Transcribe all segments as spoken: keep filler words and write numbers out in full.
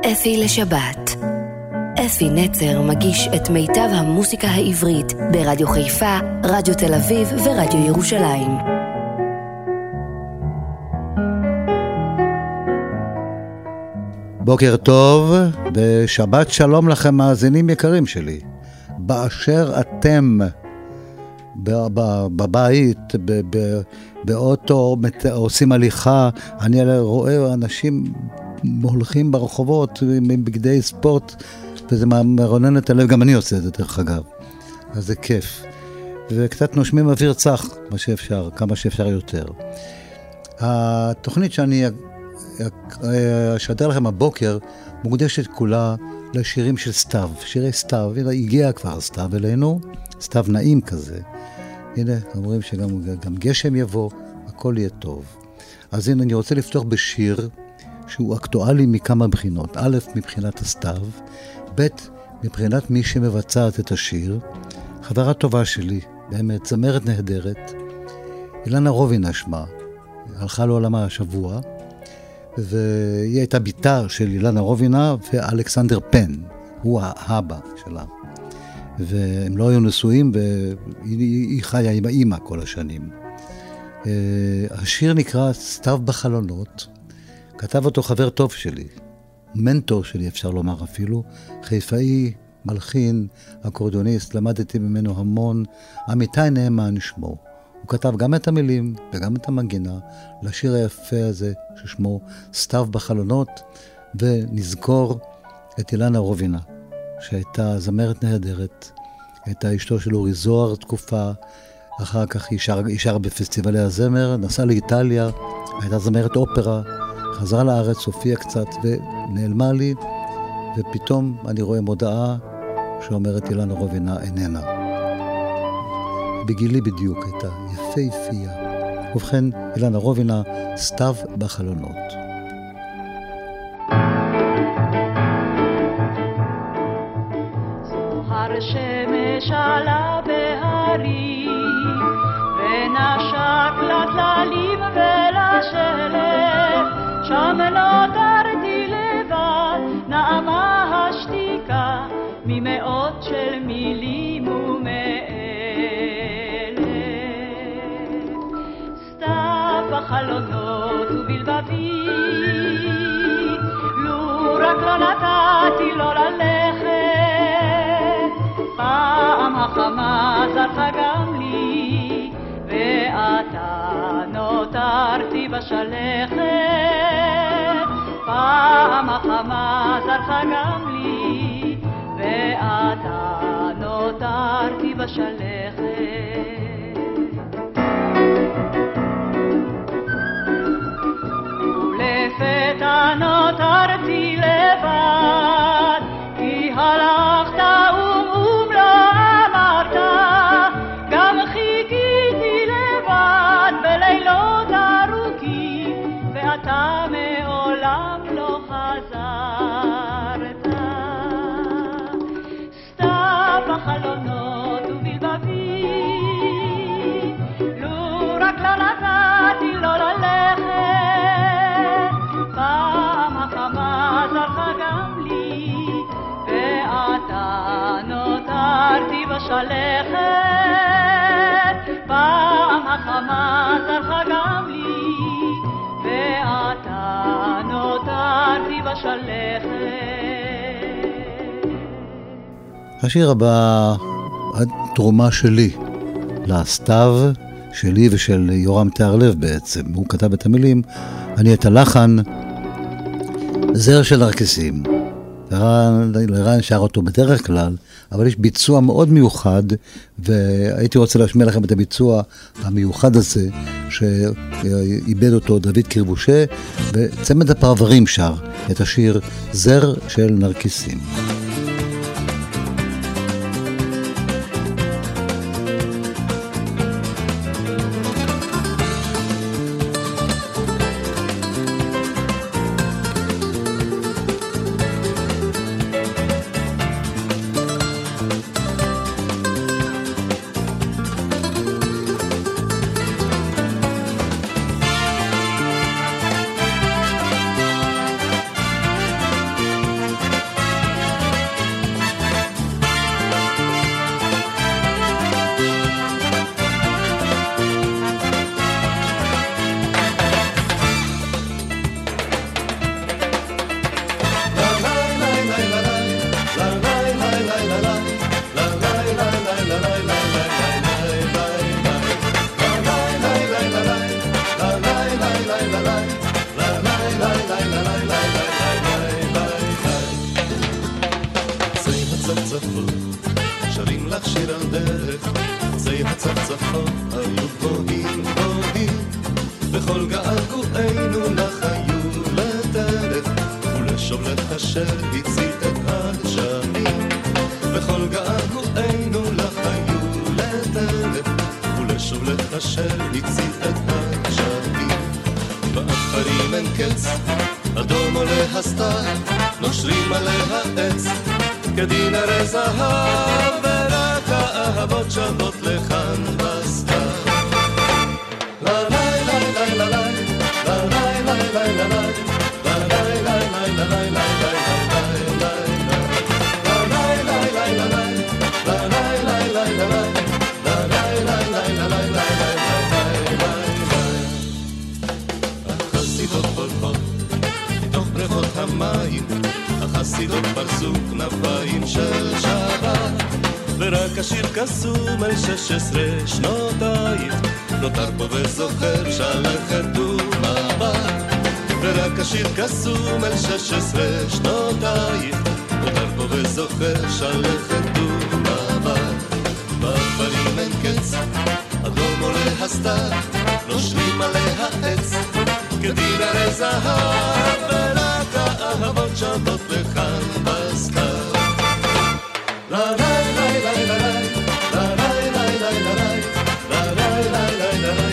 אפי לשבת. אפי נצר מגיש את מיטב המוסיקה העברית ברדיו חיפה, רדיו תל אביב ורדיו ירושלים. בוקר טוב, בשבת שלום לכם מאזינים יקרים שלי. באשר אתם בבית, באוטו, עושים הליכה, אני רואה אנשים הולכים ברחובות עם בגדי ספורט, וזה מרונן את הלב, גם אני עושה את זה דרך אגב. אז זה כיף. וקצת נושמים אוויר צח, מה שאפשר, כמה שאפשר יותר. התוכנית שאני אשדר לכם הבוקר, מוקדשת כולה לשירים של סתיו, שירי סתיו. הנה, הגיע כבר סתיו אלינו, סתיו נעים כזה. הנה, אומרים שגם גם גשם יבוא, הכל יהיה טוב. אז הנה, אני רוצה לפתוח בשיר שהוא אקטואלי מכמה בחינות. א', מבחינת הסתיו, ב', מבחינת מי שמבצעת את השיר, חברה טובה שלי, באמת, זמרת נהדרת, אילנה רובינה שמה, הלכה לעולמה השבוע, והיא הייתה ביתה של אילנה רובינה ואלכסנדר פן, הוא האבא שלה. והם לא היו נשואים, והיא חיה עם האמא כל השנים. השיר נקרא סתיו בחלונות, כתב אותו חבר טוב שלי, מנטור שלי אפשר לומר אפילו, חיפאי, מלחין, אקורדיוניסט, למדתי ממנו המון, עמיתי נאמן שמו. הוא כתב גם את המילים וגם את המנגינה לשיר היפה הזה ששמו סתיו בחלונות, ונזכור את אילנה רובינה, שהייתה זמרת נהדרת, הייתה אשתו של אורי זוהר תקופה, אחר כך היא שר, היא שר בפסטיבלי הזמר, נסעה לאיטליה, הייתה זמרת אופרה, חזרה לארץ, הופיעה קצת ונעלמה לי, ופתאום אני רואה מודעה שאומרת אילנה רובינה איננה. בגילי בדיוק הייתה יפהפייה. ובכן, אילנה רובינה, סתיו בחלונות. זוהר שמש עלה בהרים ונשק לצללים ולשלג, שם נותרתי לבד, נעמה השתיקה ממאות של מילים ומאלף. סתיו בחלונות ובלבבי, לו רק לא נתתי לו ללכת, פעם החמה זרחה גם לי, ואתה נותרתי בשלכת, פעם החמה זרחה גם לי, ואתה נותרתי בשלכת. ולפתע נותרתי לבד, כי הלכת ומום לא אמרת, גם חיכיתי לבד בלילות ארוכים, ואתה מעולם לא חזרת. סתיו בחלונות ובלבבי, לו רק לא נתתי לו ללכת, פעם החמה זרחה גם לי, ואתה נותרתי בשלכת, פעם החמה זרחה גם לי, ואתה נותרתי בשלכת. השיר הבא, התרומה שלי לסתיו שלי ושל יורם תיארלב בעצם. הוא כתב את המילים, אני את הלחן, זר של נרקיסים. לרן שר אותו בדרך כלל, אבל יש ביצוע מאוד מיוחד, והייתי רוצה להשמיע לכם את הביצוע המיוחד הזה, שאיבד אותו דוד קרבושה, וצמד הפרברים שר את השיר זר של נרקיסים. הניצחון היו גבוהים גבוהים, וכל געגועינו לך היו לטרף, ולשוב לך אשר הציל את הגשמים. וכל געגועינו לך היו לטרף, ולשוב לך אשר הציל את הגשמים. באפרים אין קץ, אדום עולה הסתר, נושרים עליה עץ, כדין הרי זהב, ורק האהבות שבות לכאן בסתר. לה לי לי לי לי לה לי לי לי לי לה לי לי לי לי לי המים, החסידות פרסו כנפיים של שבת, ורק השיר קסום על שש עשרה שנותייך נותר פה וזוכר שלכת ומבט. ורק השיר קסום על שש עשרה שנותייך נותר פה וזוכר שלכת ומבט. באפרים אין קץ, אדום עולה הסתר, נושרים עליה עץ, כדין הרי זהב, ורק האהבות שבות לכאן בסתר. לה לי לי לי לי לה לי לי לי לי לה לי לי לי לי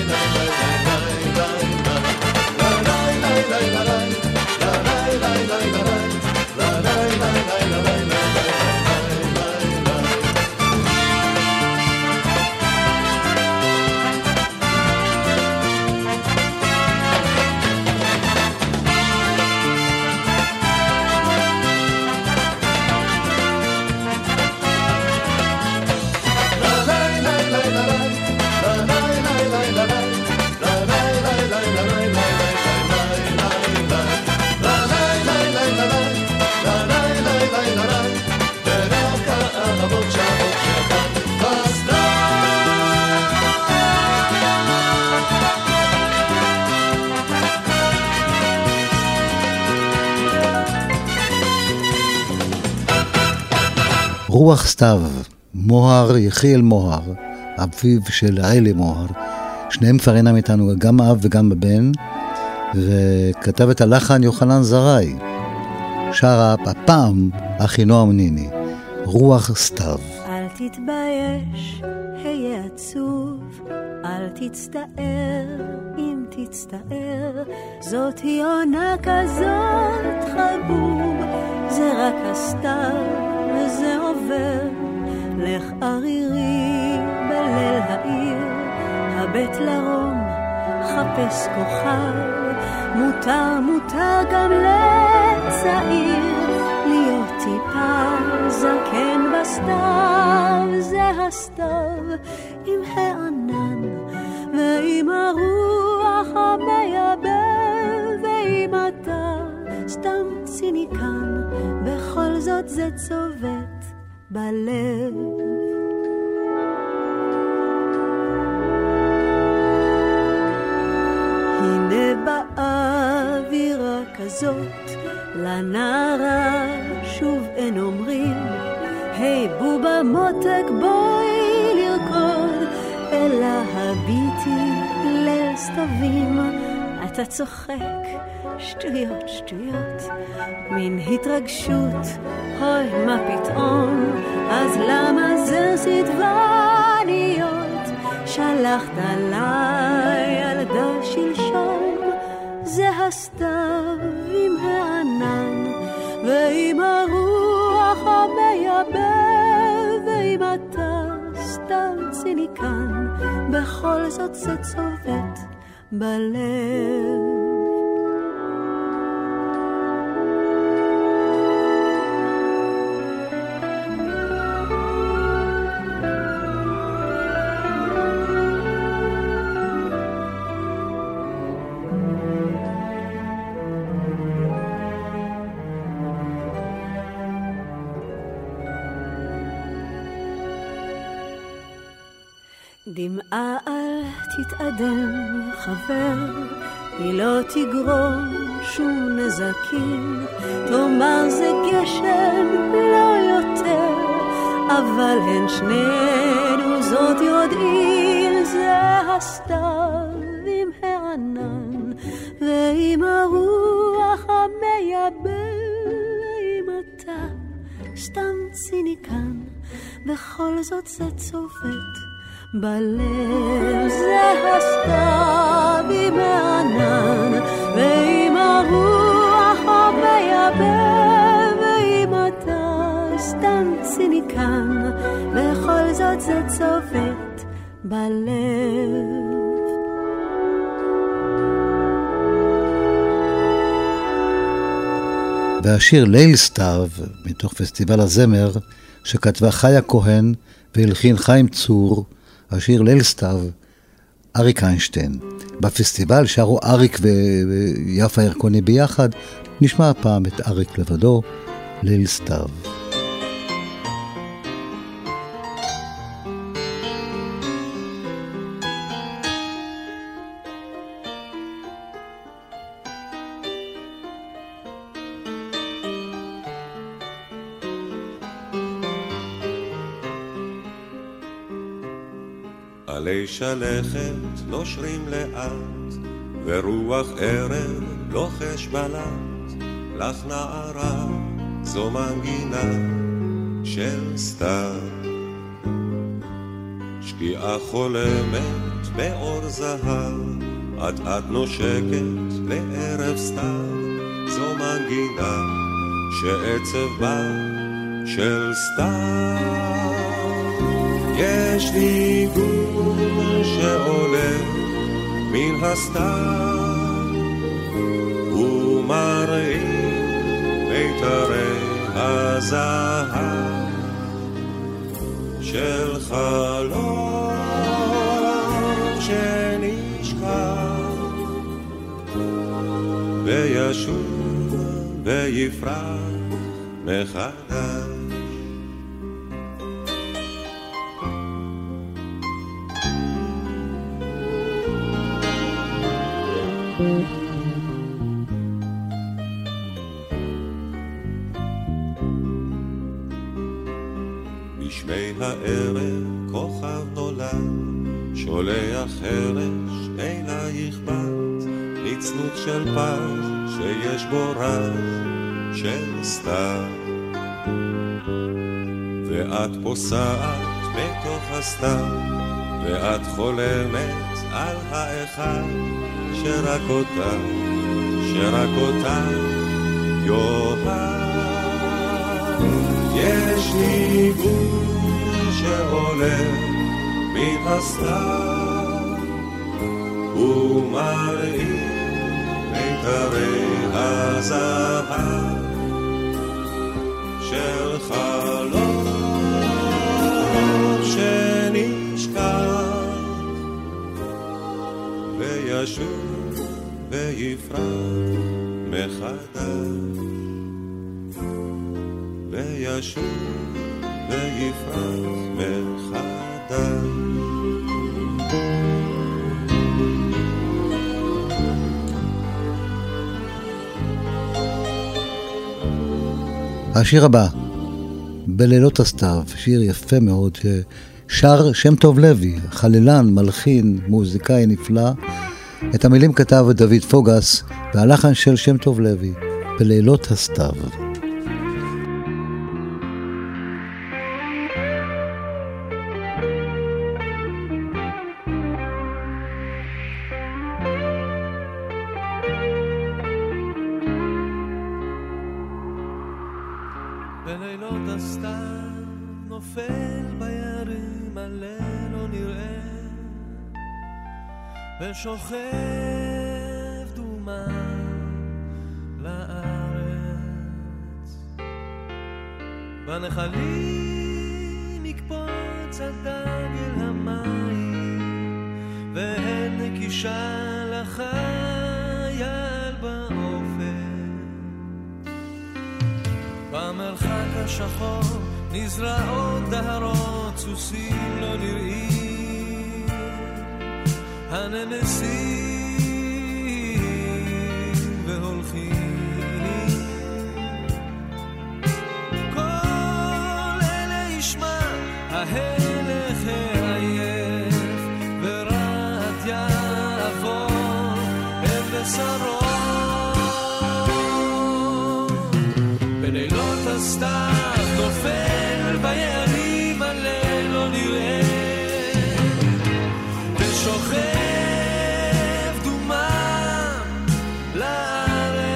רוח סתיו, מוהר, יחיאל מוהר, אביו של עלי מוהר, שניהם כבר אינם איתנו, גם אב וגם בבן, וכתב את הלחן יוחנן זרעי, שרה הפעם אחינועם ניני, רוח סתיו. אל תתבייש, היה עצוב, אל תצטער, אם תצטער, זאת היא עונה כזאת חבוב, זה רק הסתיו וזה עובר, לך ערירי בליל העיר, הבית לרום, חפש כוכב, מותר מותר גם לצעיר, להיות טיפה זקן בסתיו, זה הסתיו עם הענן ועם הרוח המייבב, ואם אתה סתם ציניקן, בכל זאת זה צובט בלב. הנה באווירה כזאת לנערה שוב אין אומרים, היי בובה מותק בואי לרקוד, אלא הביטי ליל סתבים. אתה צוחק שטויות שטויות מן התרגשות, אוי מה פתאום, אז למה זה סדבניות שלחת עליי ילדה שלשום, זה הסתיו עם הענן ועם הרוח המייבב, ואם אתה סתם ציניקן, בכל זאת זה צובט בלב. דמעה אל תתאדם חבר, היא לא תגרום שום נזקים, תאמר זה גשם לא יותר, אבל הן שנינו זאת יודעים, זה הסתיו עם הענן ועם הרוח המייבא, אם אתה סתם ציניקן, בכל זאת זה צובט בלב. זה הסתיו עם הענן ועם הרוח המייבא, ואם אתה סתם ציניקן, בכל זאת זה צובט בלב. והשיר ליל סתיו, מתוך פסטיבל הזמר, שכתבה חיה כהן והלחין חיים צור, השיר ליל סתיו, אריק איינשטיין. בפסטיבל שרו אריק ויפה ירקוני ביחד, נשמע הפעם את אריק לבדו, ליל סתיו. עלי שלכת נושרים לאט, ורוח ערב לוחש בלט, לך נערה זו מנגינה של סתיו. שקיעה חולמת באור זהב, את את נושקת לערב סתיו, זו מנגינה שעצב בה של סתיו. יש ניגון שעולה מן הסתיו ומראים מיתרי הזהב של חלום שנשכח וישוב ויפרח מחדש. בשמי הערב כוכב נולד, שולח חרש אלייך בת, נצנות של פז שיש בו רז של סתיו. ואת פוסעת בתוך הסתיו, ואת חולמת על האחד שרק אותה, שרק אותה יאהב. יש ניגון שעולה מן הסתיו ומראים מיתרי הזהב של חלום שנשכח וישוב ויפרח מחדש, וישוב ויפרח מחדש. השיר הבא, בלילות הסתיו, שיר יפה מאוד, שר שם טוב לוי, חללן, מלחין, מוזיקאי נפלא. את המילים כתב דוד פוגס, והלחן של שם טוב לוי, בלילות הסתיו. ושוכב דומה לארץ, בנחלים יקפוץ הדג אל המים, והן נקישה לחייל באופן. במרחק השחור נזרעות דהרות, סוסים לא נראים, הננסים והולכים. כל אלה ישמע ההלך העייף, הסתיו נופל ביערים הליל לא נראה ושוכב דומם לארץ.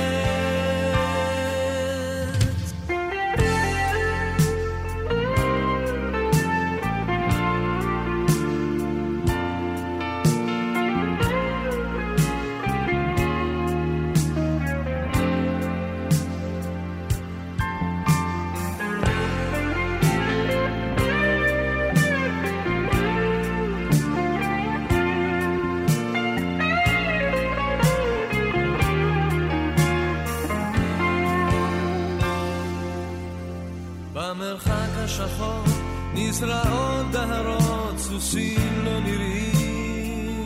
במרחק השחור נזרעות דהרות, סוסים לא נראים,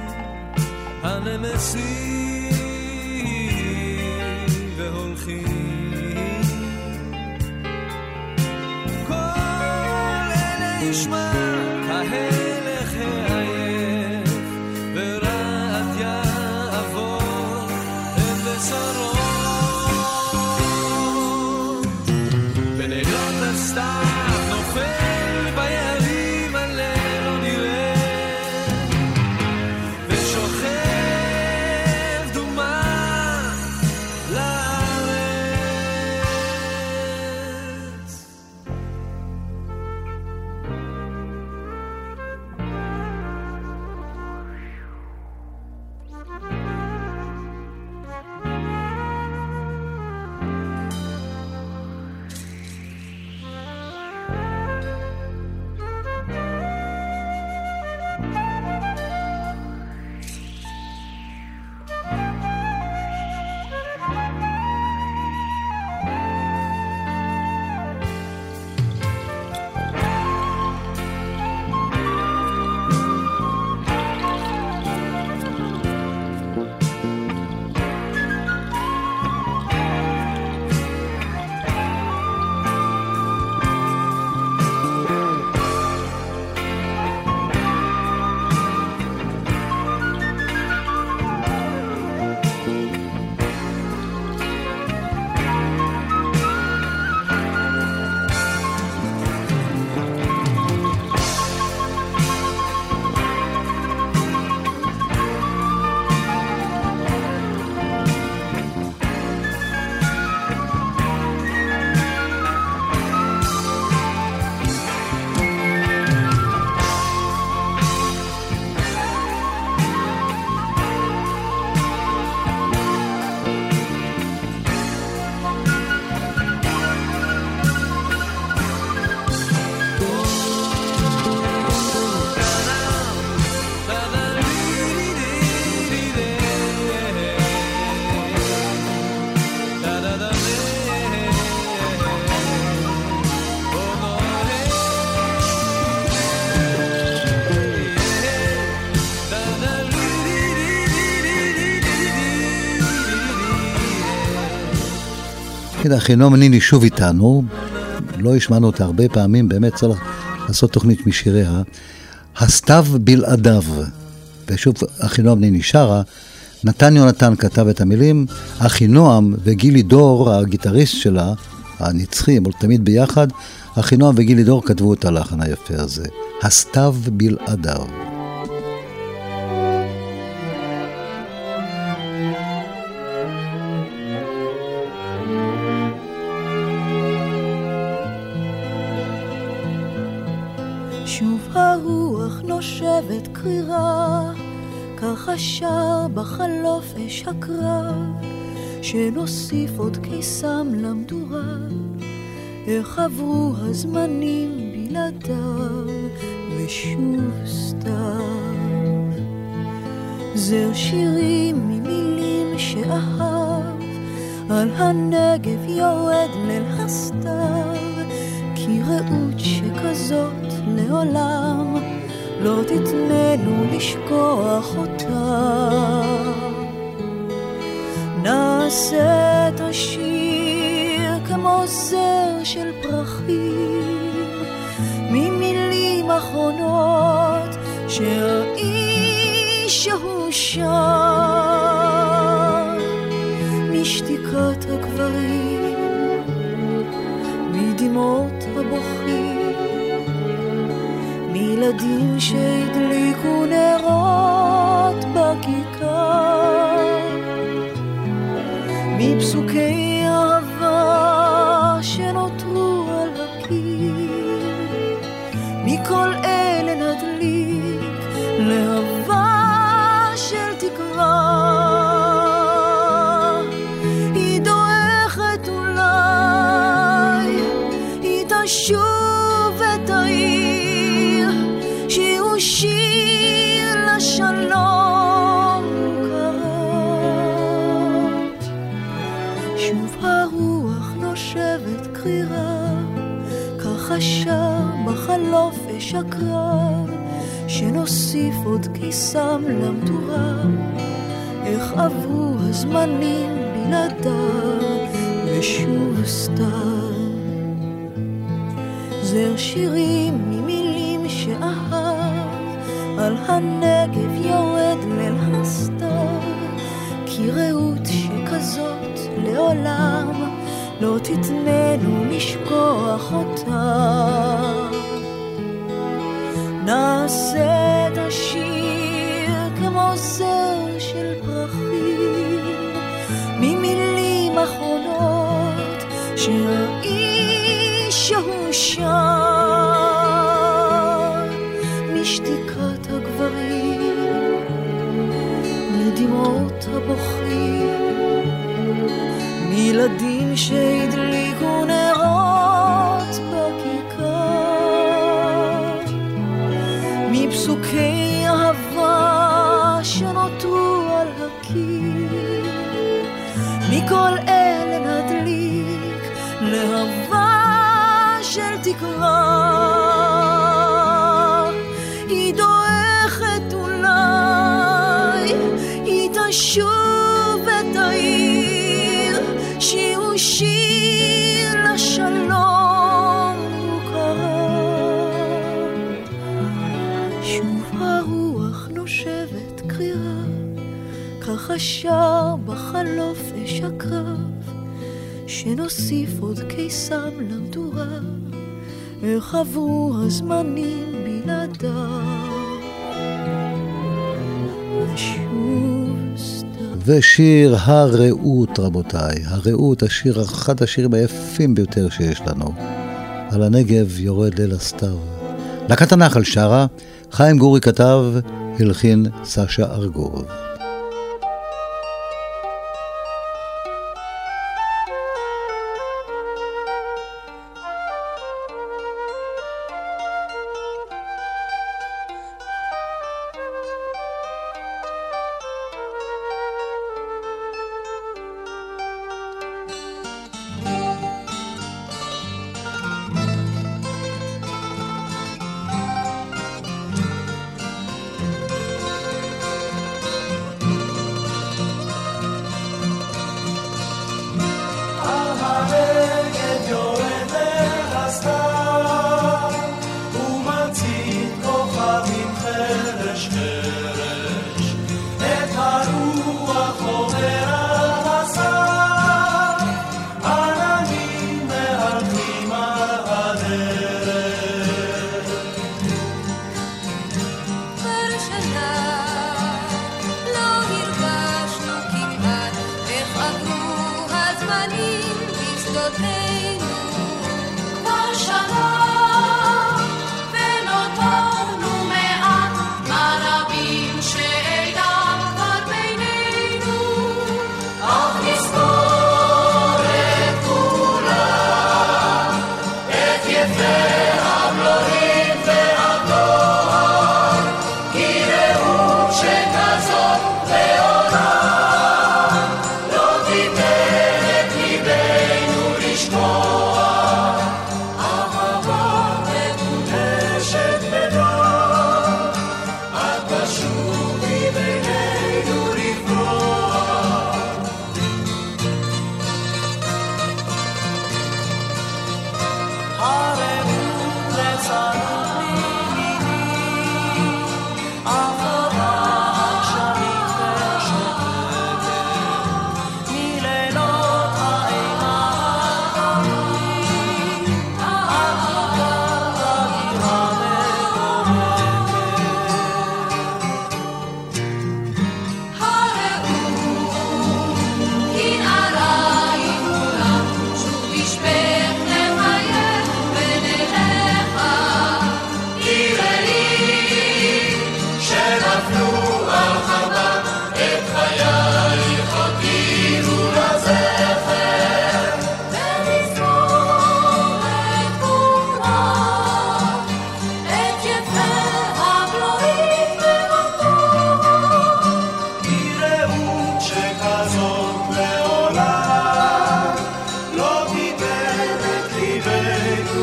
הנמסים והולכים. כל אלה ישמע ההלך העייף ורעד יעבור את בשרו. סתיו נופל ביערים הליל לא נראה ושוכב דומם לארץ. כן, אחינועם ניני שוב איתנו, לא השמענו אותה הרבה פעמים, באמת צריך לעשות תוכנית משיריה, הסתיו בלעדיו, ושוב אחינועם ניני שרה, נתן יונתן כתב את המילים, אחינועם וגילי דור, הגיטריסט שלה, הנצחי, הם תמיד ביחד, אחינועם וגילי דור כתבו את הלחן היפה הזה, הסתיו בלעדיו. שוב הרוח נושבת קרירה, ככה שר בחלוף אש הקרב, שנוסיף עוד קיסם למדורה, איך עברו הזמנים בלעדיו, ושוב סתיו. זר שירים ממילים שאהב, על הנגב יורד ליל הסתיו, כי רעות שכזאת לעולם לא תתננו לשכוח אותה. נעשה את השיר כמו זר של פרחים, ממילים אחרונות שהאיש הוא שר, משתיקת הגברים ילדים שהדליקו נרות בכיכר, מפסוקי אהבה שנותרו על הקיר, מכל אלה נדליק להבה של תקווה. היא דועכת אולי, היא תשוב ותעיר, שהוא שיר לשלום קראת. שוב הרוח נושבת קרירה, כך שר בחלוף אש הקרב, שנוסיף עוד קיסם למדורה. איך עברו הזמנים בלעדיו ושוב סתם זר שירים ממילים שאהב, על הנגב יורד ליל הסתיו, כי רעות שכזאת לעולם לא תתננו לשכוח אותה. נעשה את השיר כמו זר של פרחים, ממילים אחרונות שהאיש שהוא שר, משתיקת הגברים, מדמעות הבוכים, מילדים שהדליקו נרות בכיכר, מפסוקי אהבה שנותרו על הקיר, מכל אלה נדליק להבה של תקווה. היא דועכת אולי, היא תשוב ותעיר, שהוא שיר לשלום קרא. שוב הרוח נושבת קרירה, כך שר בחלוף אש הקרב, שנוסיף עוד קיסם למדורה. איך עברו הזמנים בלעדיו ושוב סתם. ושיר הרעות, רבותיי, הרעות, השיר, אחד השירים היפים ביותר שיש לנו. על הנגב יורד ליל הסתיו. להקת הנחל שרה, חיים גורי כתב, הלחין סשה ארגוב.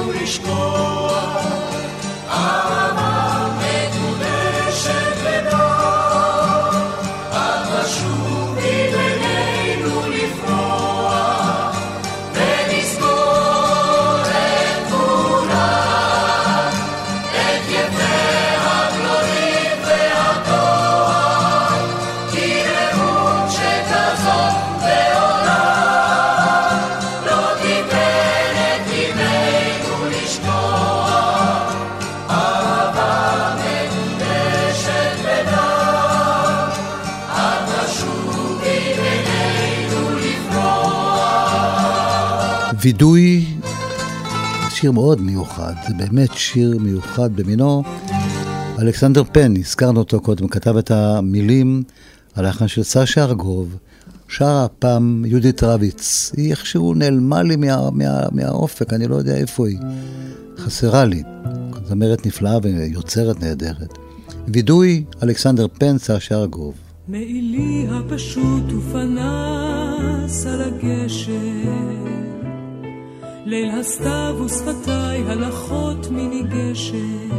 וידוי, שיר מאוד מיוחד, זה באמת שיר מיוחד במינו. אלכסנדר פן, הזכרנו אותו קודם, כתב את המילים, הלחן של סשה ארגוב, שרה הפעם יהודית רביץ, היא איכשהו נעלמה לי מה, מה, מהאופק, אני לא יודע איפה היא, חסרה לי, זמרת נפלאה ויוצרת נהדרת. וידוי, אלכסנדר פן, סשה ארגוב. מעילי הפשוט ופנס על הגשר, ליל הסתיו ושפתיי הלכות מיני גשר,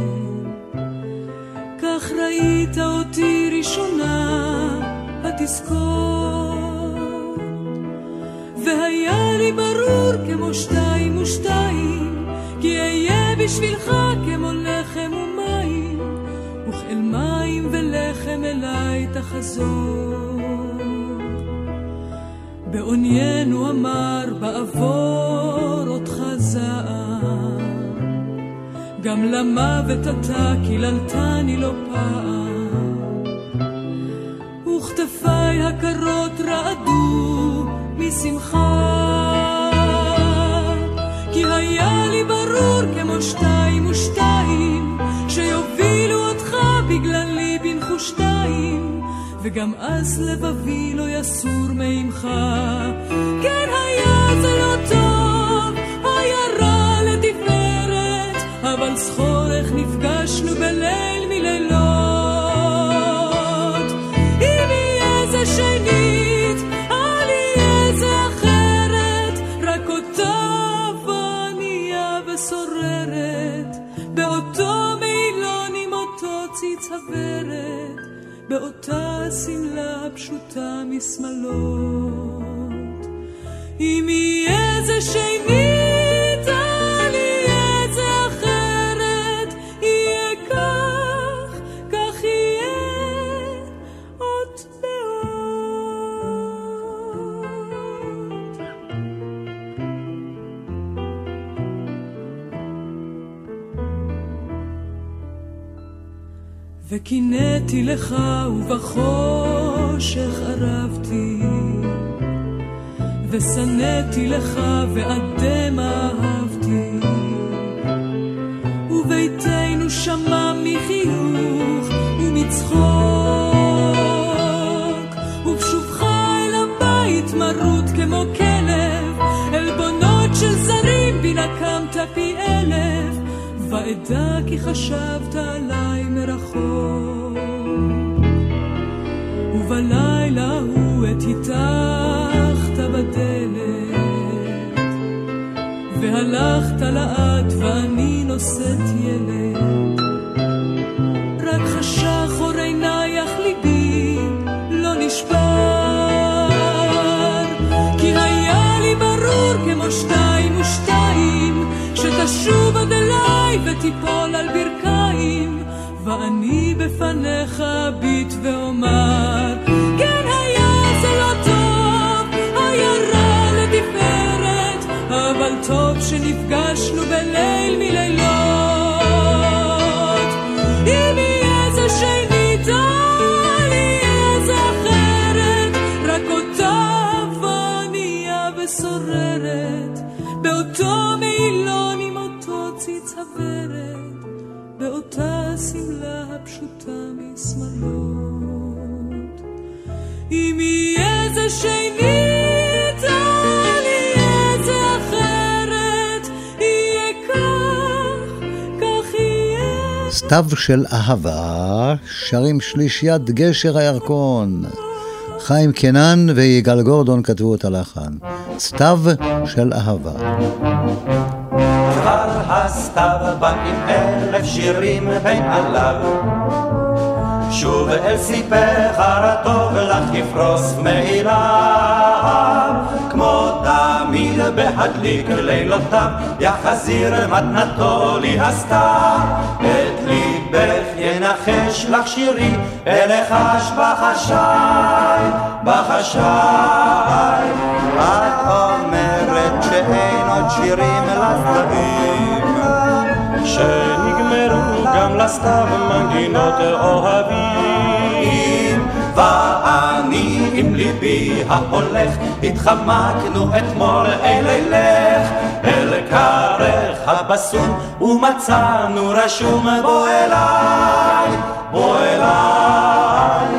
כך ראית אותי ראשונה התזכור, והיה לי ברור כמו שתיים ושתיים, כי אהיה בשבילך כמו לחם ומים, וכאל מים ולחם אליי תחזור. בעוניינו אמר בעבור אותך זעם, גם למוות אתה קיללתני לא פעם, וכתפיי הקרות רעדו משמחה, כי היה לי ברור כמו שתיים ושתיים, שיובילו אותך בגללי בנחושתיים, וגם אז לבבי לא יסור ממך. כן היה זה לא טוב, היה רע לתפארת, אבל זכור איך נפגשנו בליל מלילות. אם יהיה זה שנית, אל יהיה זה אחרת, רק אותה ענייה ושוררת, באותו מילון עם אותו ציץ הברת, באותה סמלה פשוטה משמלות. אם יהיה זה שנית, אל יהיה זה אחרת, יהיה כך, כך יהיה עוד ועוד. וקינאתי לך ובחושך ערבתי, ושנאתי לך ועדם אהבתי, וביתנו שמע מחיוך ומצחוק, ובשובך אל הבית מרות כמו כלב, אלבונות של זרים בי נקמת פי אלף, ועדה כי חשבת עליי מרחוק. ובלילה הוא את התחת בדלת, והלכת לאט ואני נושאת ילד, רק חשך אור עינייך ליבי לא נשבר, כי היה לי ברור כמו שתיים ושתיים, שתשוב עד אליי ותיפול על ברכיים, ואני בפניך ביט ואומר, כן היה זה לא טוב, היה רע לתפארת, אבל טוב שנפגשנו בליל מלילות. אם יהיה זה שנית, אל יהיה זה אחרת, רק אותה ענייה ושוררת, באותו מילון עם אותו ציץ הברת, באותה סמלה הפשוטה משמלות. אם יהיה זה שנית, אל יהיה זה אחרת, יהיה כך, כך יהיה. סתיו של אהבה, שרים שלישיית גשר הירקון, חיים קנן ויגאל גורדון כתבו את הלחן. סתיו של אהבה. כבר הסתיו בא עם אלף שירים בין עליו, שוב אל סיפך הרטוב לך יפרוס מעיליו, כמו תמיד בהדליק לילותיו יחזיר מתנתו לי הסתיו, את ליבך ינחש לך שירי אלחש בחשי, בחשי. את אומרת שאין עוד שירים לסתיו, שנגמרו גם לסתיו מנגינות אוהבים, ואני עם ליבי ההולך התחמקנו אתמול אל אלך אל כרך הבסום ומצאנו רשום בוא אליי, בוא אליי.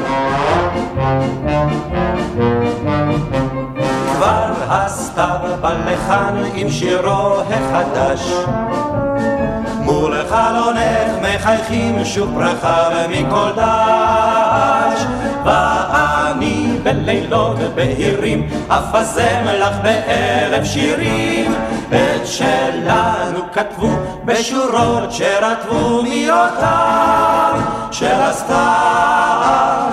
כבר הסתיו בא לכאן עם שירו החדש, מול חלונך מחייכים שוב ברכה מכל דש, ואני בלילות בהירים אפזם לך באלף שירים, את שלנו כתבו בשורות שרטבו מירותיו של הסתיו.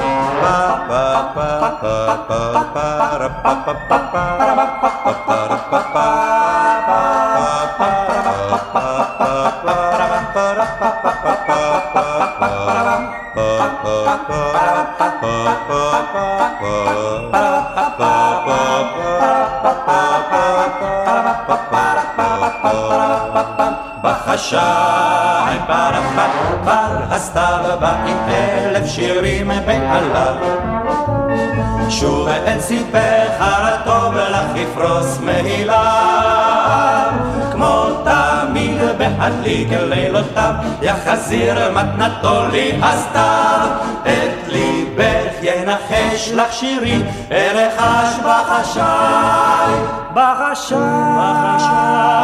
בחשי פרפת כבר הסתיו בא עם אלף שירים בעליו, שוב אל סיפך הרטוב לך יפרוס מעיליו, כמו תמיד בהדליק לילותיו יחזיר מתנתו לי הסתיו, את ליבך ינחש לך שירי אלחש בחשי, בחשי, בחשי.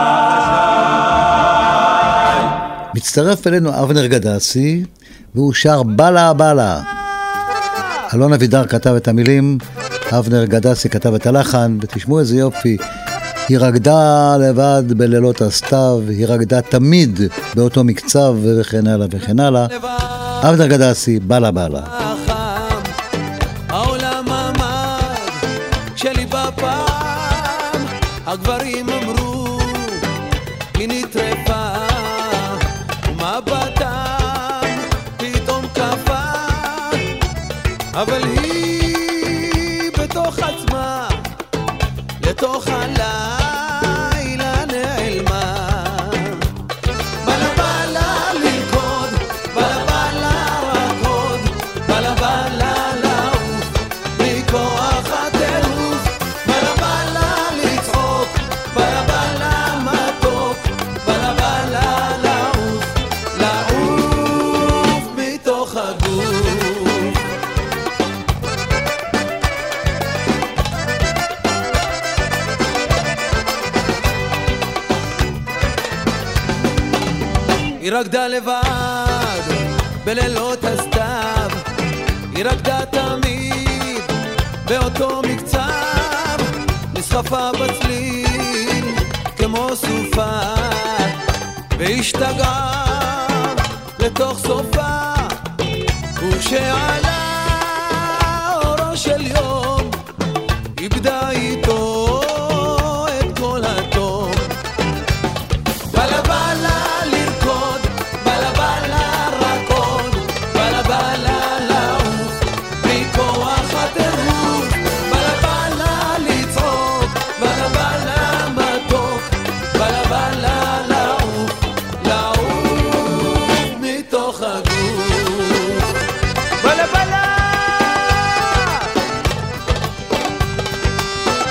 מצטרף אלינו אבנר גדסי, והוא שר בלה בלה. אלון אבידר כתב את המילים, אבנר גדסי כתב את הלחן, ותשמעו איזה יופי. היא רקדה לבד בלילות הסתיו, היא רקדה תמיד באותו מקצב וכן הלאה וכן הלאה. אבנר גדסי, בלה בלה. העולם עמד כשלי בפעם, הגברים אמרו היא נטרפה, ומבטם פתאום קפה, אבל היא בתוך עצמה לתוך הלילה נעלמה. בלה בלה לרקוד, בלה בלה רקוד, בלה בלה לעוף בלי כוח הטירוף, בלה בלה לצחוק, בלה בלה מתוק, בלה בלה לעוף, לעוף מתוך הגוף. היא רקדה לבד בלילות הסתיו, היא רקדה תמיד באותו מקצב, נסחפה בצליל כמו סופה, והשתגעה לתוך סופה, וכשעלה אורו של יום איבדה איתו את כל התום. בלה בלה לרקוד, בלה בלה רקוד, בלה בלה לעוף בלי כוח הטירוף, בלה בלה לצעוק, בלה בלה מתוק, בלה בלה לעוף, לעוף מתוך הגוף. בלה בלה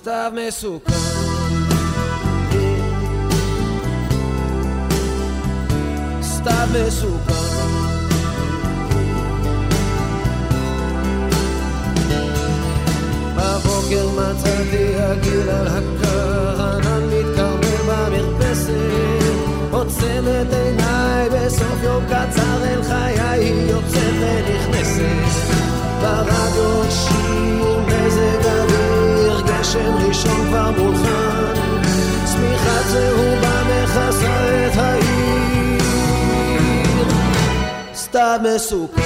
סתיו מסוכן. סתיו מסוכן. בבוקר מצאתי הגיל על הקר, ענן מתקרב במרפסת, עוצם את עיניי בסוף יום קצר אל חיי, היא יוצאת ונכנסת. ברדיו שיר מזג אוויר, גשם ראשון כבר מולחן, צמיחת צהובה מכסה את העיר. סתיו מסוכן.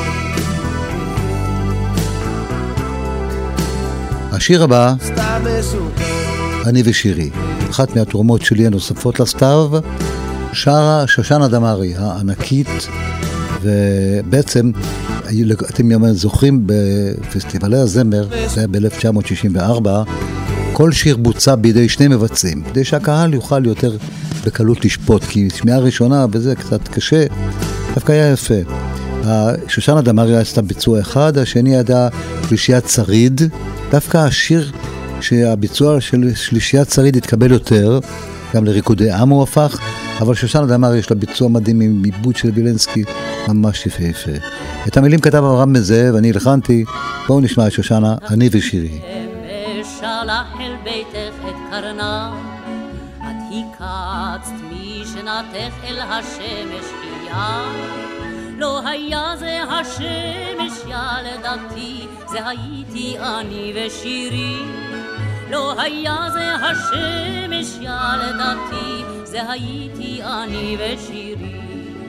השיר הבא, אני ושירי, אחת מהתרומות שלי הנוספות לסתיו, שרה שושנה דמארי הענקית, ובעצם אתם זוכרים בפסטיבלי הזמר, זה היה ב-אלף תשע מאות שישים וארבע, כל שיר בוצע בידי שני מבצעים, כדי שהקהל יוכל יותר בקלות לשפוט, כי שמיעה ראשונה וזה קצת קשה, דווקא היה יפה. שושנה דמארי עשתה ביצוע אחד, השני היה שלישיית שריד, דווקא השיר שהביצוע של שלישיית שריד התקבל יותר, גם לריקודי עם הוא הפך, אבל שושנה דמארי יש לה ביצוע מדהים עם עיבוד של וילנסקי, ממש יפה יפה. את המילים כתב אברהם מזה, ואני הלחנתי, בואו נשמע את שושנה, אני ושירי. שלח אל ביתך את קרנה, את הקצת משנתך אל השמש חייה, לא היה זה השמש ילדתי, זה הייתי אני ושירי. לא היה זה השמש ילדתי, זה הייתי אני ושירי.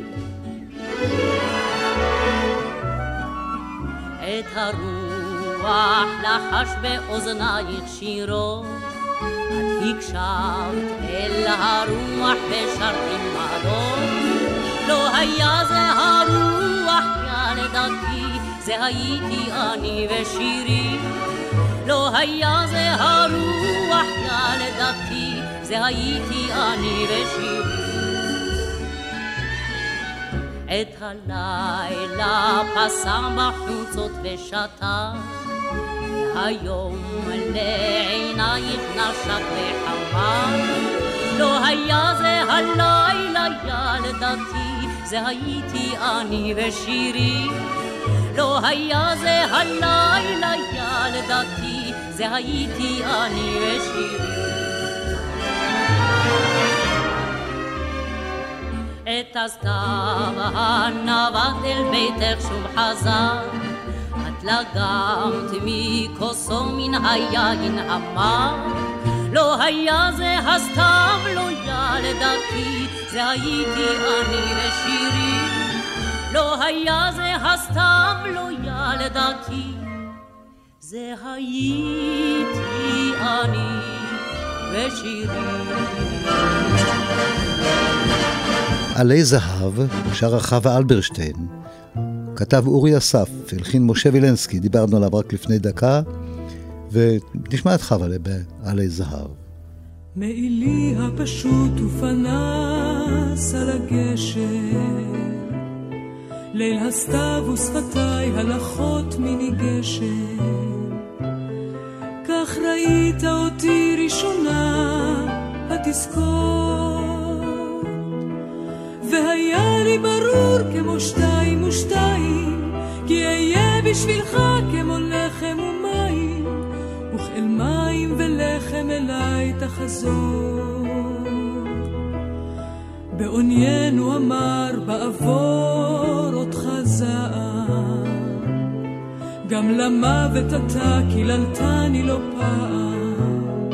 את הרוח לחש באוזנייך שירו, את הקשבת אל הרוח ושרת עמדו. לא היה זה הרוח ילדתי, זה הייתי אני ושירי. לא היה זה הרוח ילדתי, זה הייתי אני ושירי. את הלילה פסע בחוצות ושתה, היום לעינייך נשק וחמה. לא היה זה הלילה ילדתי, זה הייתי אני ושירי. לא היה זה הלילה ילדתי, זה הייתי אני ושירי. את הסתיו הנבט אל ביתך שוב חזר, את לגמת מכוסו מן היין המר. לא היה זה הסתיו לא ילדתי, זה הייתי אני ושירי. לא היה זה הסתיו לא ילדתי, זה הייתי אני ושירי. עלי זהב, שר חווה אלברשטיין, כתב אורי אסף, הלחין משה וילנסקי, דיברנו עליו רק לפני דקה, ונשמע את חווה בעלי זהב. מעילי הפשוט ופנס על הגשר, ליל הסתיו ושפתיי הלכות מיני גשר, כך ראית אותי ראשונה התזכור, והיה לי ברור כמו שתיים ושתיים, כי אהיה בשבילך כמו לחם ומים, וכאל מים ולחם אליי תחזור. בעוניינו אמר בעבור אותך זעם, גם למוות אתה קיללתני לא פעם,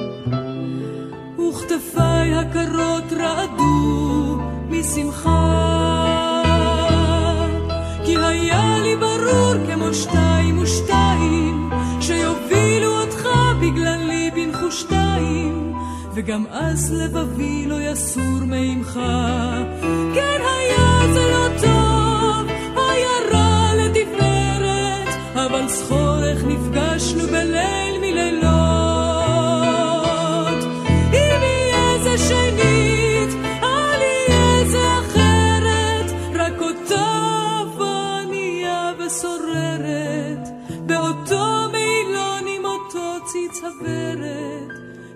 וכתפיי הקרות רעדו משמחה, כי היה לי ברור כמו שתיים ושתיים, שיובילו אותך בגללי בנחושתיים, וגם אז לבבי לא יסור ממך. כן היה זה לא טוב, היה רע לתפארת, אבל זכור איך נפגשנו בליל מלילות. אם יהיה זה שנית, אל יהיה זה אחרת, רק אותה בנייה וסוררת, באותו מילון עם אותו ציץ הברת,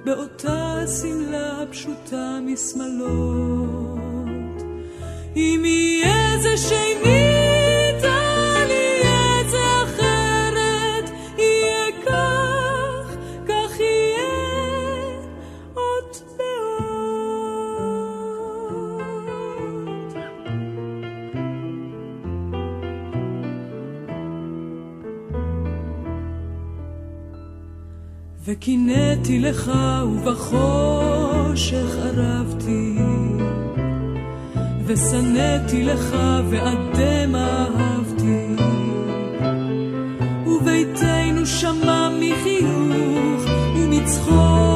באותה שמלה פשוטה משמלות. אם יהיה זה שנית, אל יהיה זה אחרת, יהיה כך, כך יהיה אות באות. וקינאתי לך ובחושך ערבתי, ושנאתי לך ואדם אהבתי, וביתנו שמע מחיוך ומצחוק,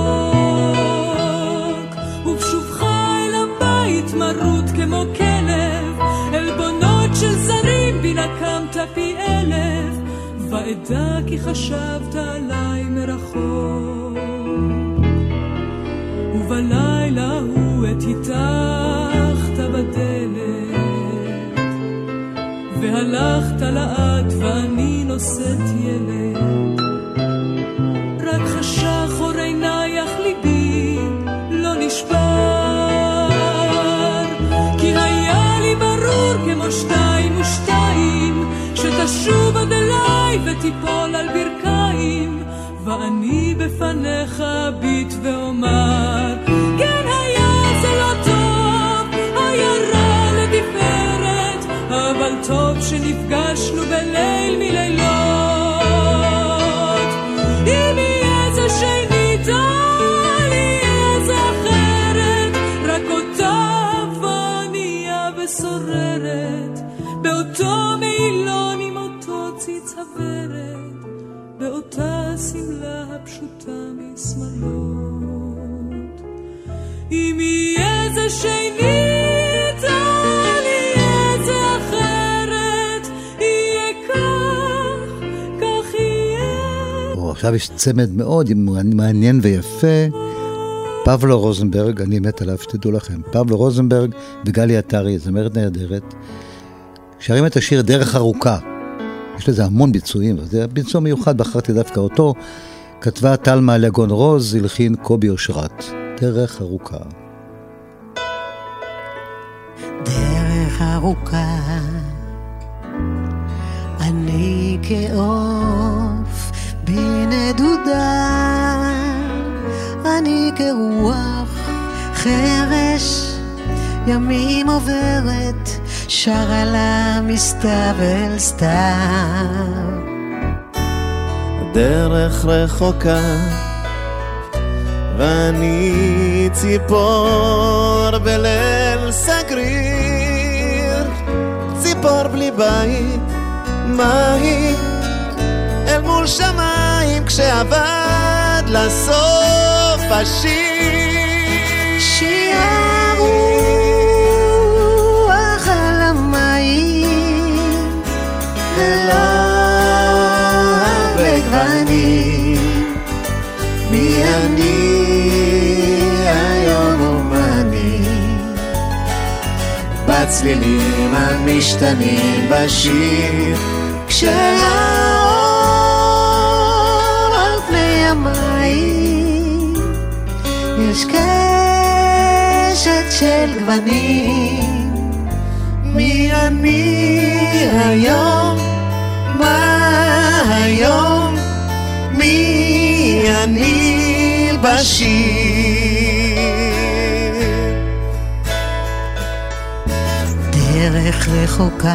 ובשובך אל הבית מרות כמו כלב, אלבונות של זרים בי נקמת פי אלף, ועדה כי חשבת עליי מרחוק. ובלילה הוא את התחת בדלת, והלכת לאט ואני נושאת ילד, רק חשך אור עינייך ליבי לא נשבר, כי היה לי ברור כמו שתיים ושתיים שתשוב עד אליי ותיפול על ברכיים, ואני בפניך ביט ואומר כן היה זה לא טוב, היה רע לתפארת, אבל טוב שנפגשנו בליל מלילות. אם יהיה זה שנית, אל יהיה זה אחרת, רק אותה עבוניה וסוררת, באותו מעילון עם אותו ציץ הברת, באותה סמלה הפשוטה משמלות. אם יהיה זה שנית, אל יהיה זה אחרת, יהיה כך, כך יהיה. או, עכשיו יש צמד מאוד מעניין ויפה, פבלו רוזנברג, אני מת עליו שתדעו לכם, פבלו רוזנברג וגלי עטרי, זמרת נהדרת, שרים את השיר דרך ארוכה. יש לזה המון ביצועים, זה ביצוע מיוחד, בחרתי דווקא אותו, כתבה תלמה לגון רוז, הלחין קובי אושרת, דרך ארוכה. דרך ארוכה, אני כעוף בנדודה, אני כרוח חרש, ימים עוברת, שרה לה מסתיו אל סתיו. דרך רחוקה ואני ציפור בליל סגריר, ציפור בלי בית, מה היא אל מול שמיים כשעבד לסוף השיר. שיערו על המים ולא הרבה גוונים, מי אני היום ומני, בצלילים המשתנים בשיר, כשהאור על פני המים יש קשת של גוונים, מי אני היום, מה היום, מי אני בשיר. דרך רחוקה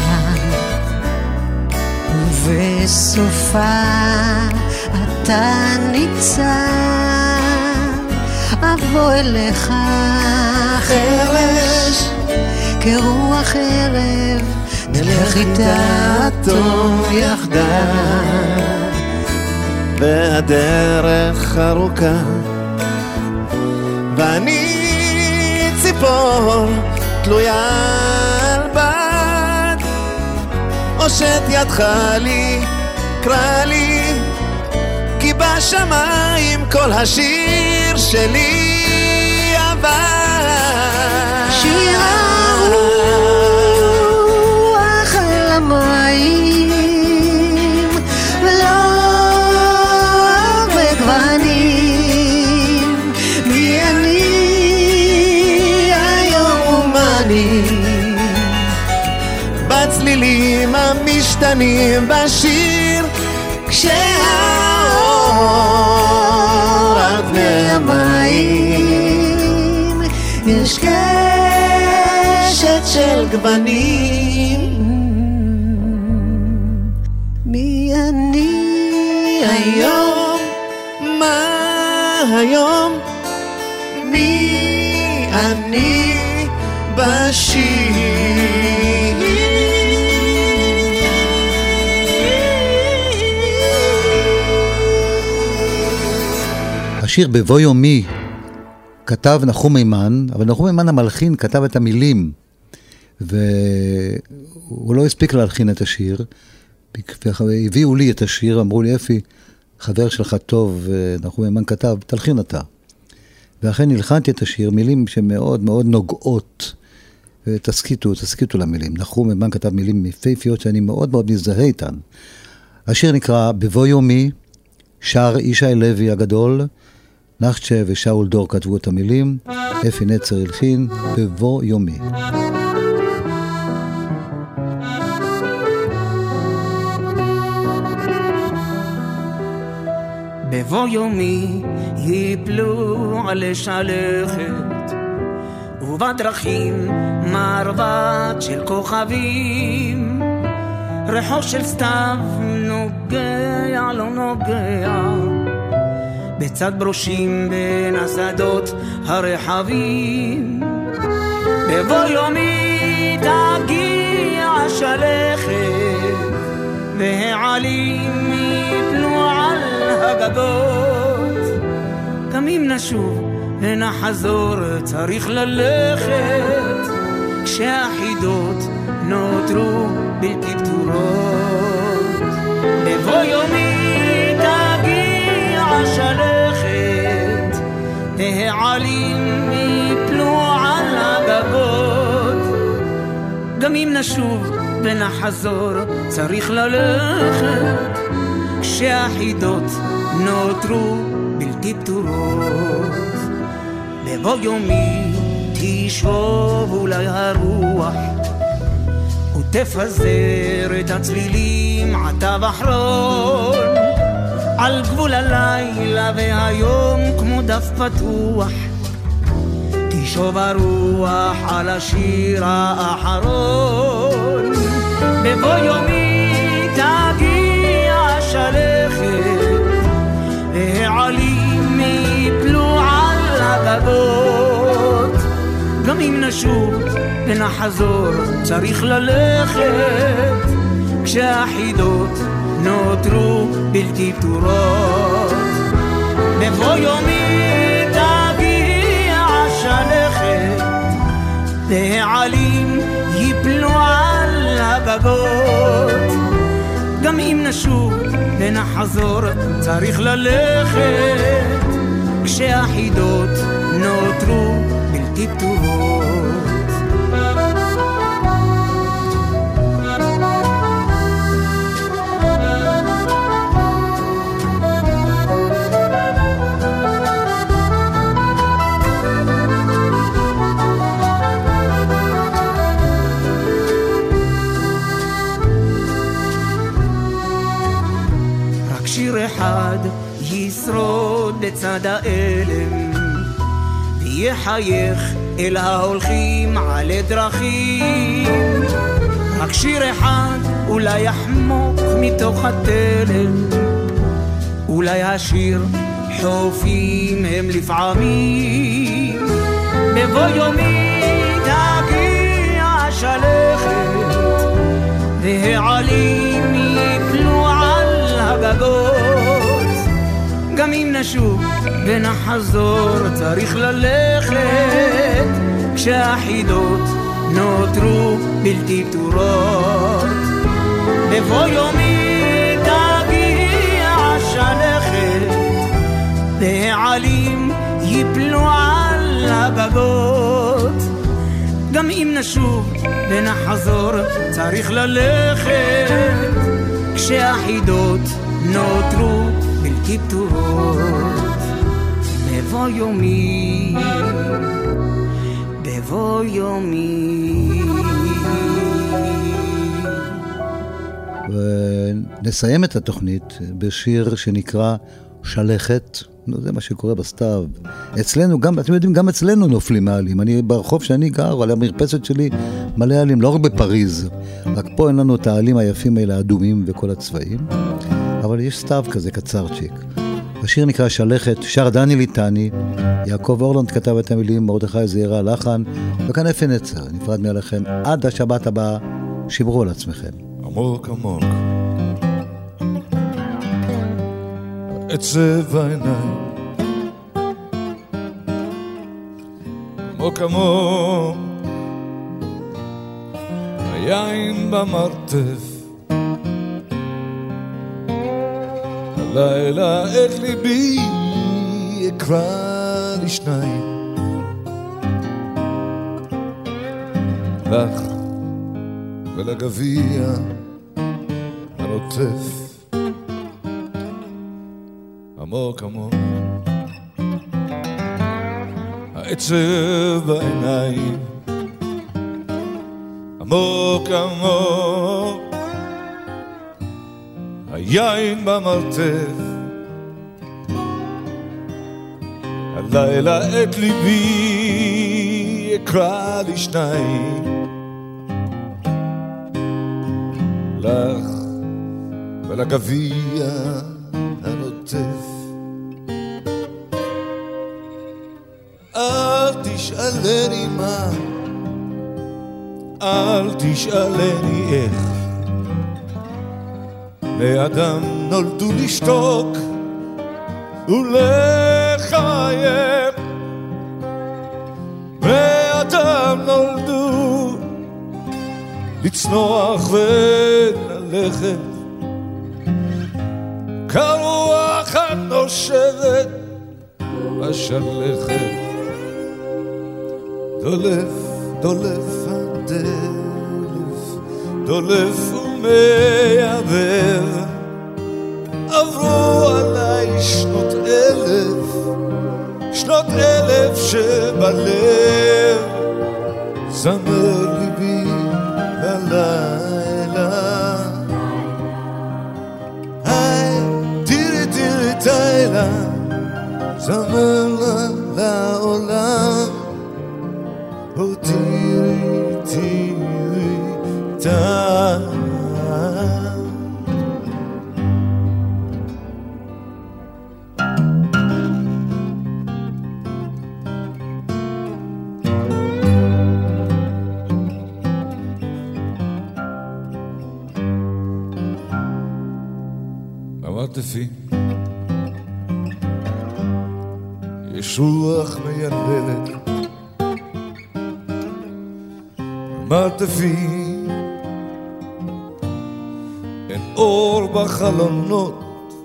ובסופה אתה ניצב, אבוא אליך חרש כרוח ערב, נלך איתה טוב יחדיו. והדרך ארוכה ואני ציפור תלויה על בד, הושט ידך לי, קרא לי, כי בשמיים כל השיר שלי עבד. שיר הרוח על המים ולא הרבה גוונים, דנים בשיר כשהאור על פני המים יש קשת של גוונים. מי אני היום? מה היום? מי אני בשיר? השיר בבוא יומי כתב נחום מימן, אבל נחום מימן המלחין כתב את המילים, והוא לא הספיק להלחין את השיר, והביאו לי את השיר, אמרו לי, אפי, חבר שלך טוב, נחום מימן כתב, תלחין אתה. ואכן הלחנתי את השיר, מילים שמאוד מאוד נוגעות, ותסכיתו, תסכיתו למילים. נחום מימן כתב מילים יפהפיות שאני מאוד מאוד מזדהה איתן. השיר נקרא בבוא יומי, שר ישי לוי הגדול, נחצ'ה ושאול דור כתבו את המילים, אפי נצר הלחין, בבוא יומי. בבוא יומי יפלו על שלכת ובדרכים מרבט של כוכבים, ריחו של סתיו נוגע לא נוגע בצד ברושים בין השדות הרחבים. בבוא יומי תגיע שלכת והעלים יפלו על הגגות, גם אם נשוב ונחזור צריך ללכת כשהחידות נותרו בלתי פתורות. בבוא יומי תגיע שלכת והעלים יפלו על הגגות, גם אם נשוב ונחזור צריך ללכת כשהחידות נותרו בלתי פתורות. בבוא יומי תשוב אולי הרוח ותפזר את הצלילים עטב אחרון על גבול הלילה והיום כמו דף פתוח, תשוב הרוח על השיר האחרון. בבוא יומי תגיע שלכת והעלים יפלו על הגגות, גם אם נשוב ונחזור צריך ללכת כשהחידות נותרו בלתי פתורות. בבוא יומי תגיע שלכת והעלים יפלו על הגגות, גם אם נשוב ונחזור צריך ללכת כשהחידות נותרו בלתי פתורות. רק שיר אחד ישרוד בצד האלם ויחייך אל ההולכים על דרכים, רק שיר אחד אולי יחמוק מתוך התלם, אולי השיר חופים הם לפעמים. בבוא יומי תגיע שלכת והעלים יפלו על הגגות, גם אם נשוב ונחזור צריך ללכת כשהחידות נותרו בלתי פתורות. בבוא יומי תגיע שלכת והעלים יפלו על הגגות, גם אם נשוב ונחזור צריך ללכת כשהחידות נותרו בלתי פתורות. בבוא יומי, בבוא יומי. ונסיים את התוכנית בשיר שנקרא שלכת. זה מה שקורה בסתיו. אצלנו, גם, אתם יודעים, גם אצלנו נופלים העלים. אני ברחוב שאני גר, על המרפסת שלי מלא העלים, לא רק בפריז. רק פה אין לנו את העלים היפים האלה, האדומים וכל הצבעים. אבל יש סתיו כזה קצרצ'יק. השיר נקרא שלכת, שר דני ליטני, יעקב אורלנד כתב את המילים, מרדכי זעירא לחן, וכאן אפי נצר, נפרד מעליכם עד השבת הבאה, שמרו על עצמכם. עמוק עמוק עצב העיניים, עמוק עמוק היין במרתף, הלילה את ליבי אקרא לשניים, לך ולגביע הנוטף, עמוק עמוק העצב בעיניים, עמוק עמוק היין במרתף, הלילה את ליבי אקרא לשניים, לך ולגביע הנוטף, אל תשאלני מה, אל תשאלני איך, לאדם נולדו לשתוק ולחייב, לאדם נולדו לצנוח וללכת, כרוח הנושבת בשלכת, דולף דולף הדלף, דולף ומייבב, עברו עליי שנות אלף, שנות אלף שבלב, זמר ליבי ללילה, היי תירי תירי תילה, זמר לה לעולם, או תירי תירי תילה. במרתפים יש רוח מייללת, במרתפים אין אור בחלונות,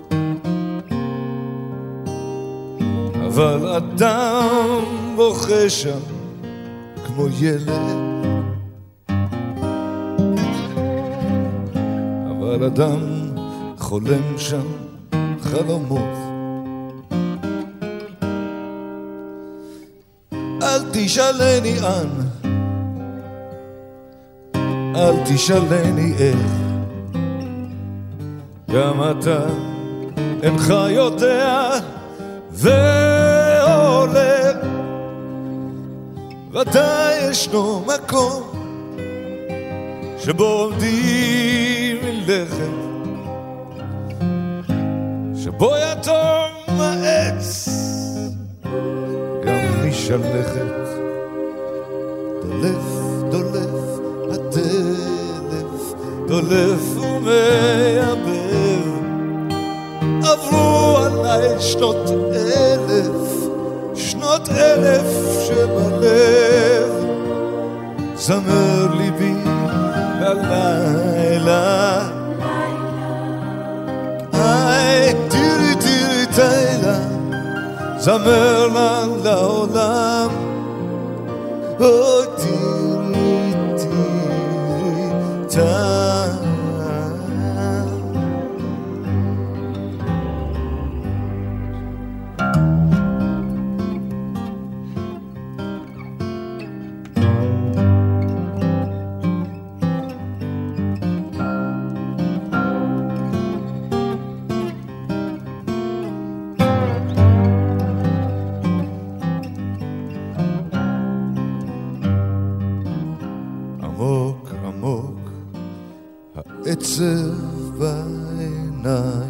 אבל אדם בוכה שם כמו ילד, אבל אדם חולם שם חלומות, אל תשאלני אן, אל תשאלני איך, גם אתה אינך יודע והולך, ודאי ישנו מקום שבו עומדים מלכת, שבו יתום העץ גם משלכת, דולף דולף הדלף, דולף ומייבב, עברו עליי שנות אלף, שנות אלף שבלב, זמר ליבי ללילה, היי תירי תירי תילה, זמר לה לעולם, או תירי תירי תילה. עצב בעיניים.